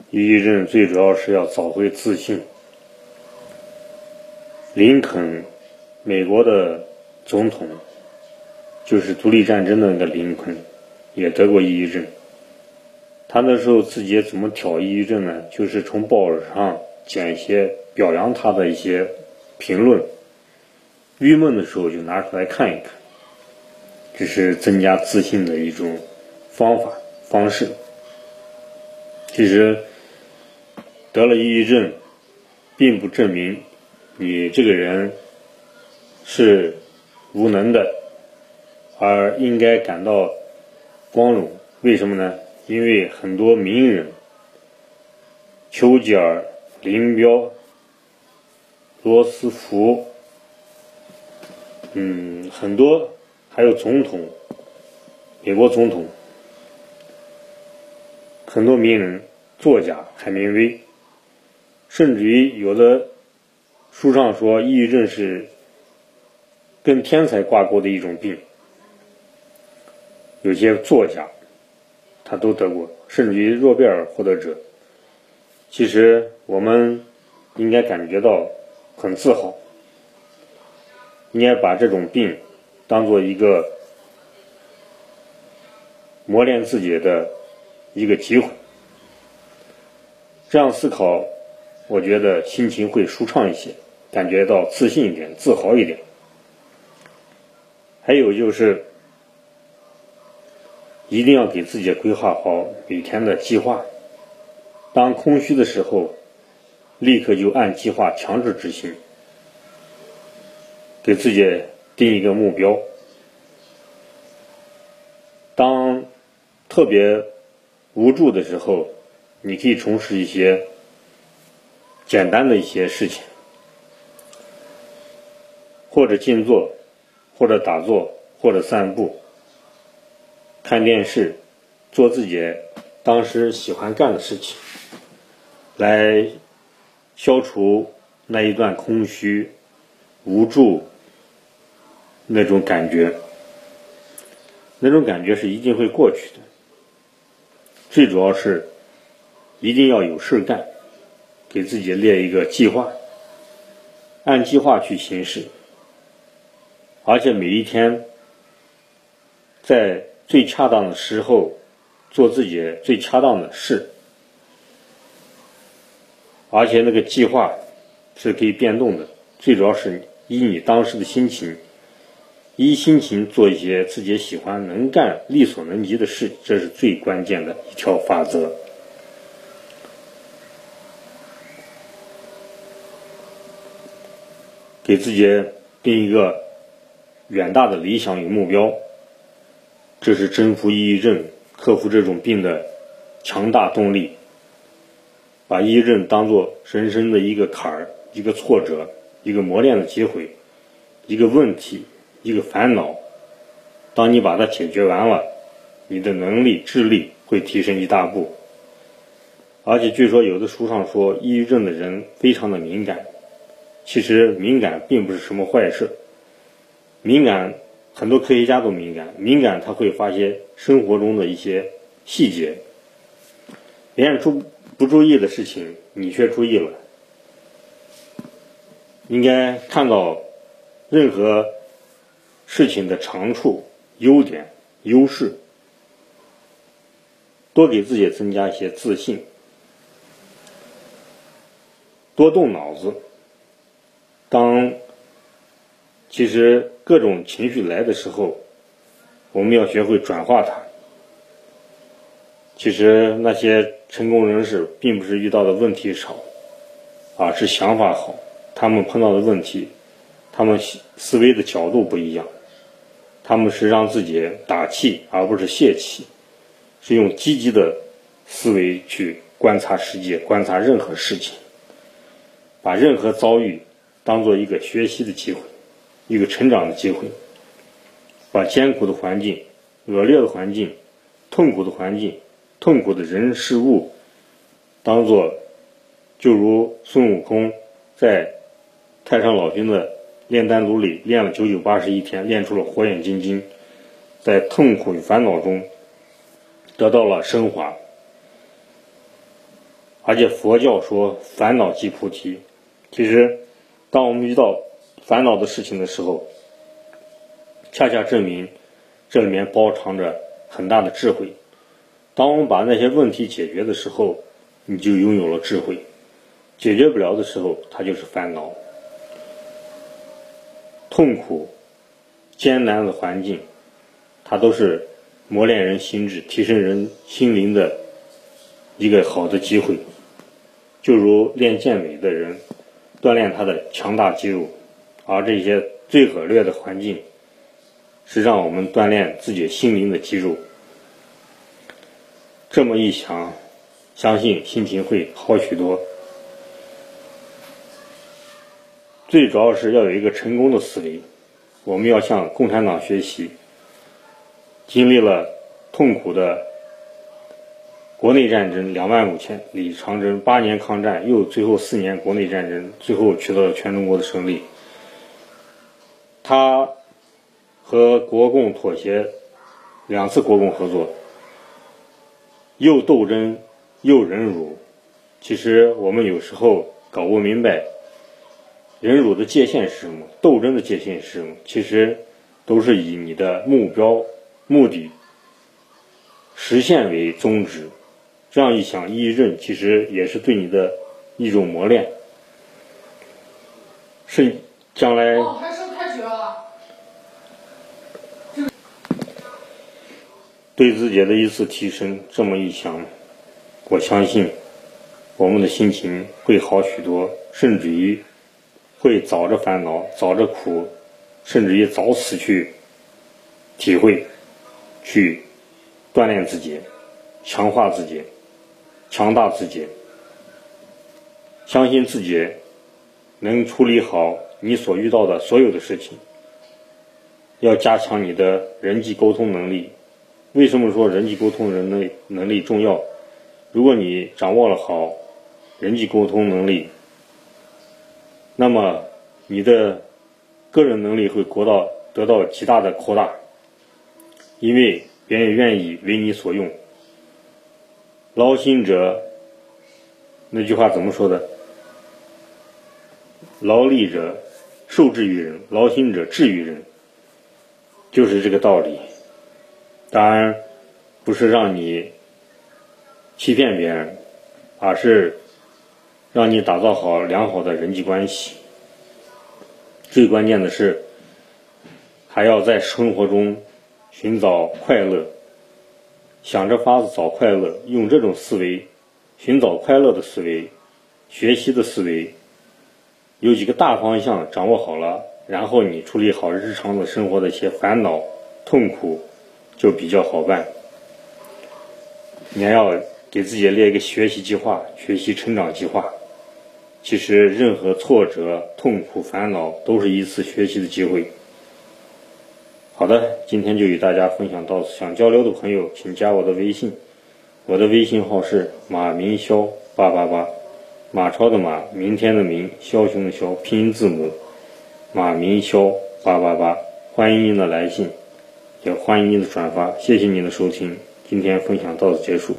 抑郁症最主要是要找回自信。林肯，美国的总统，就是独立战争的那个林肯，也得过抑郁症。他那时候自己怎么挑抑郁症呢？就是从报纸上捡一些表扬他的一些评论，郁闷的时候就拿出来看一看，这是增加自信的一种方式。其实得了抑郁症并不证明你这个人是无能的，而应该感到光荣。为什么呢？因为很多名人，丘吉尔、林彪、罗斯福，很多，还有总统，美国总统，很多名人，作家海明威，甚至于有的书上说抑郁症是跟天才挂钩的一种病，有些作家他都得过，甚至于诺贝尔获得者。其实我们应该感觉到很自豪，应该把这种病当做一个磨练自己的一个机会。这样思考，我觉得心情会舒畅一些，感觉到自信一点，自豪一点。还有就是一定要给自己规划好每天的计划，当空虚的时候立刻就按计划强制执行，给自己定一个目标。当特别无助的时候，你可以从事一些简单的一些事情，或者静坐，或者打坐，或者散步，看电视，做自己当时喜欢干的事情，来消除那一段空虚、无助那种感觉。那种感觉是一定会过去的。最主要是一定要有事干，给自己列一个计划，按计划去行事，而且每一天在最恰当的时候做自己最恰当的事，而且那个计划是可以变动的，最主要是依你当时的心情，依心情做一些自己喜欢能干力所能及的事，这是最关键的一条法则。给自己定一个远大的理想与目标，这是征服抑郁症、克服这种病的强大动力。把抑郁症当作人生的一个坎儿，一个挫折，一个磨练的机会，一个问题，一个烦恼。当你把它解决完了，你的能力、智力会提升一大步。而且据说有的书上说，抑郁症的人非常的敏感。其实敏感并不是什么坏事，敏感很多科学家都敏感，敏感他会发现生活中的一些细节，别人不注意的事情你却注意了。应该看到任何事情的长处、优点、优势，多给自己增加一些自信，多动脑子。其实各种情绪来的时候，我们要学会转化它。其实那些成功人士并不是遇到的问题少，是想法好，他们碰到的问题，他们思维的角度不一样，他们是让自己打气而不是泄气，是用积极的思维去观察世界，观察任何事情，把任何遭遇当做一个学习的机会，一个成长的机会，把艰苦的环境、恶劣的环境、痛苦的环境、痛苦的人事物当做，就如孙悟空在太上老君的炼丹炉里练了981天，练出了火眼金睛，在痛苦与烦恼中得到了升华。 而且佛教说烦恼即菩提。其实当我们遇到烦恼的事情的时候，恰恰证明这里面包藏着很大的智慧。当我们把那些问题解决的时候，你就拥有了智慧；解决不了的时候，它就是烦恼。痛苦、艰难的环境，它都是磨练人心智、提升人心灵的一个好的机会。就如练健美的人锻炼他的强大肌肉，而这些最恶劣的环境是让我们锻炼自己心灵的肌肉。这么一想，相信心情会好许多。最主要是要有一个成功的思维，我们要向共产党学习。经历了痛苦的国内战争25000里长征，8年抗战，又最后4年国内战争，最后取得了全中国的胜利。他和国共妥协，2次国共合作，又斗争又忍辱。其实我们有时候搞不明白忍辱的界限是什么，斗争的界限是什么，其实都是以你的目标目的实现为宗旨。这样一想，抑郁症其实也是对你的一种磨练，是将来还剩太绝了， 对自己的一次提升。这么一想，我相信我们的心情会好许多，甚至于会早着烦恼，早着苦，甚至于早死去体会，去锻炼自己，强化自己，强大自己，相信自己能处理好你所遇到的所有的事情。要加强你的人际沟通能力。为什么说人际沟通能力重要？如果你掌握了好人际沟通能力，那么你的个人能力会得到极大的扩大，因为别人愿意为你所用。劳心者，那句话怎么说的？劳力者受制于人，劳心者治于人，就是这个道理。当然不是让你欺骗别人，而是让你打造好良好的人际关系。最关键的是还要在生活中寻找快乐，想着法子找快乐，用这种思维，寻找快乐的思维，学习的思维，有几个大方向掌握好了，然后你处理好日常的生活的一些烦恼痛苦就比较好办。你还要给自己列一个学习计划，学习成长计划。其实任何挫折痛苦烦恼都是一次学习的机会。好的，今天就与大家分享到此，想交流的朋友请加我的微信，我的微信号是马明霄888，马超的马，明天的明，枭雄的枭，拼音字母马明霄888，欢迎您的来信，也欢迎您的转发，谢谢您的收听，今天分享到此结束。